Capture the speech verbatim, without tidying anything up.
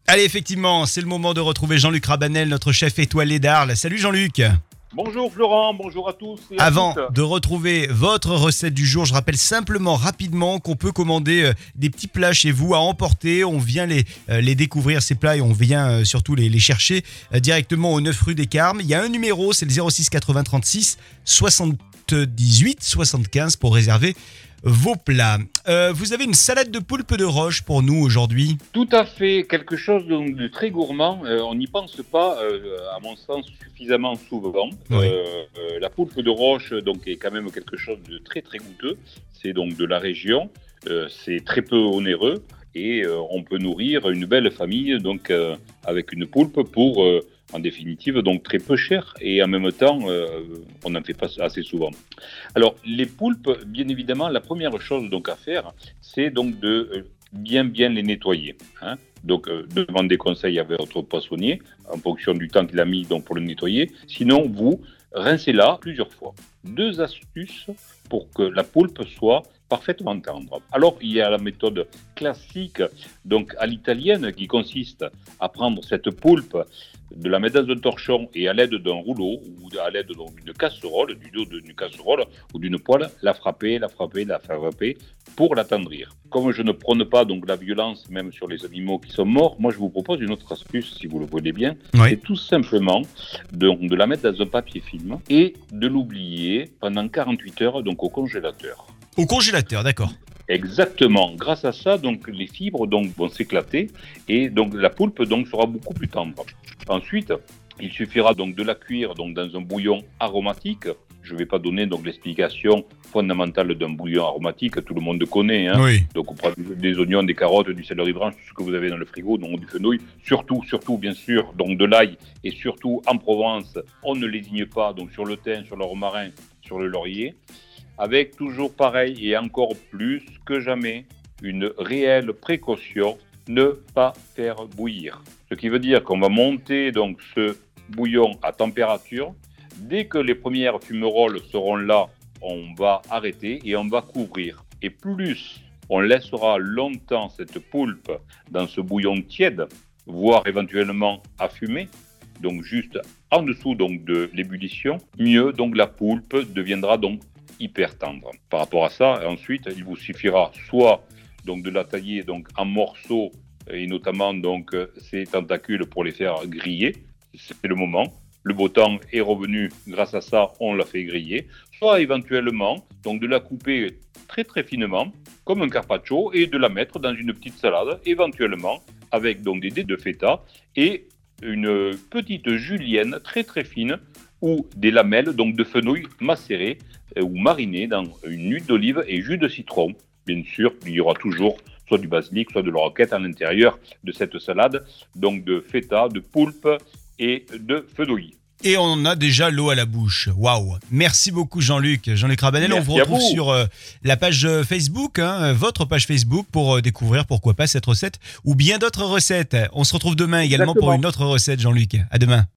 Allez, effectivement, c'est le moment de retrouver Jean-Luc Rabanel, notre chef étoilé d'Arles. Salut Jean-Luc. Bonjour Florent, bonjour à tous et à Avant toutes. de retrouver votre recette du jour, je rappelle simplement rapidement qu'on peut commander euh, des petits plats chez vous à emporter. On vient les, euh, les découvrir, ces plats, et on vient euh, surtout les, les chercher euh, directement au neuf rue des Carmes. Il y a un numéro, c'est le zéro six quatre-vingts trente-six soixante-dix-huit soixante-quinze pour réserver vos plats. Euh, vous avez une salade de poulpe de roche pour nous aujourd'hui. Tout à fait, quelque chose de, de très gourmand. Euh, on n'y pense pas, euh, à mon sens, suffisamment souvent. Oui. Euh, euh, la poulpe de roche donc, est quand même quelque chose de très très goûteux. C'est donc de la région, euh, c'est très peu onéreux et euh, on peut nourrir une belle famille donc, euh, avec une poulpe pour... Euh, en définitive, donc très peu cher, et en même temps, euh, on n'en fait pas assez souvent. Alors, les poulpes, bien évidemment, la première chose donc à faire, c'est donc de euh, bien bien les nettoyer. Hein. Donc, euh, demandez conseil à votre poissonnier, en fonction du temps qu'il a mis donc, pour le nettoyer. Sinon, vous, rincez-la plusieurs fois. Deux astuces pour que la poulpe soit parfaitement tendre. Alors, il y a la méthode classique, donc à l'italienne, qui consiste à prendre cette poulpe, de la mettre dans un torchon et à l'aide d'un rouleau ou à l'aide d'une casserole, du dos d'une casserole ou d'une poêle, la frapper, la frapper, la faire frapper pour l'attendrir. Comme je ne prône pas donc la violence même sur les animaux qui sont morts, moi je vous propose une autre astuce si vous le voulez bien. Oui. C'est tout simplement de, de la mettre dans un papier film et de l'oublier pendant quarante-huit heures donc au congélateur. Au congélateur, d'accord. Exactement. Grâce à ça, donc les fibres donc vont s'éclater et donc la poulpe donc sera beaucoup plus tendre. Ensuite, il suffira donc de la cuire donc dans un bouillon aromatique. Je ne vais pas donner donc l'explication fondamentale d'un bouillon aromatique, tout le monde connaît. Hein. Oui. Donc on prend des oignons, des carottes, du céleri branche, tout ce que vous avez dans le frigo, donc du fenouil, surtout, surtout bien sûr, donc de l'ail et surtout en Provence, on ne lésigne pas donc sur le thym, sur le romarin, sur le laurier. Avec toujours pareil et encore plus que jamais, une réelle précaution, ne pas faire bouillir. Ce qui veut dire qu'on va monter donc ce bouillon à température. Dès que les premières fumerolles seront là, on va arrêter et on va couvrir. Et plus on laissera longtemps cette poulpe dans ce bouillon tiède, voire éventuellement affumer, donc juste en dessous donc de l'ébullition, mieux donc la poulpe deviendra donc hyper tendre. Par rapport à ça, ensuite, il vous suffira soit donc de la tailler donc en morceaux et notamment donc ses tentacules pour les faire griller. C'est le moment. Le beau temps est revenu. Grâce à ça, on l'a fait griller. Soit éventuellement donc de la couper très très finement comme un carpaccio et de la mettre dans une petite salade, éventuellement avec donc des dés de feta et une petite julienne très très fine ou des lamelles donc de fenouil macérées euh, ou marinées dans une huile d'olive et jus de citron. Bien sûr, il y aura toujours soit du basilic, soit de la roquette à l'intérieur de cette salade, donc de feta, de poulpe et de fenouil. Et on a déjà l'eau à la bouche. Waouh. Merci beaucoup Jean-Luc. Jean-Luc Rabanel, Merci on vous retrouve vous. sur euh, la page euh, Facebook, hein, votre page Facebook, pour euh, découvrir pourquoi pas cette recette ou bien d'autres recettes. On se retrouve demain également Exactement. pour une autre recette, Jean-Luc. À demain.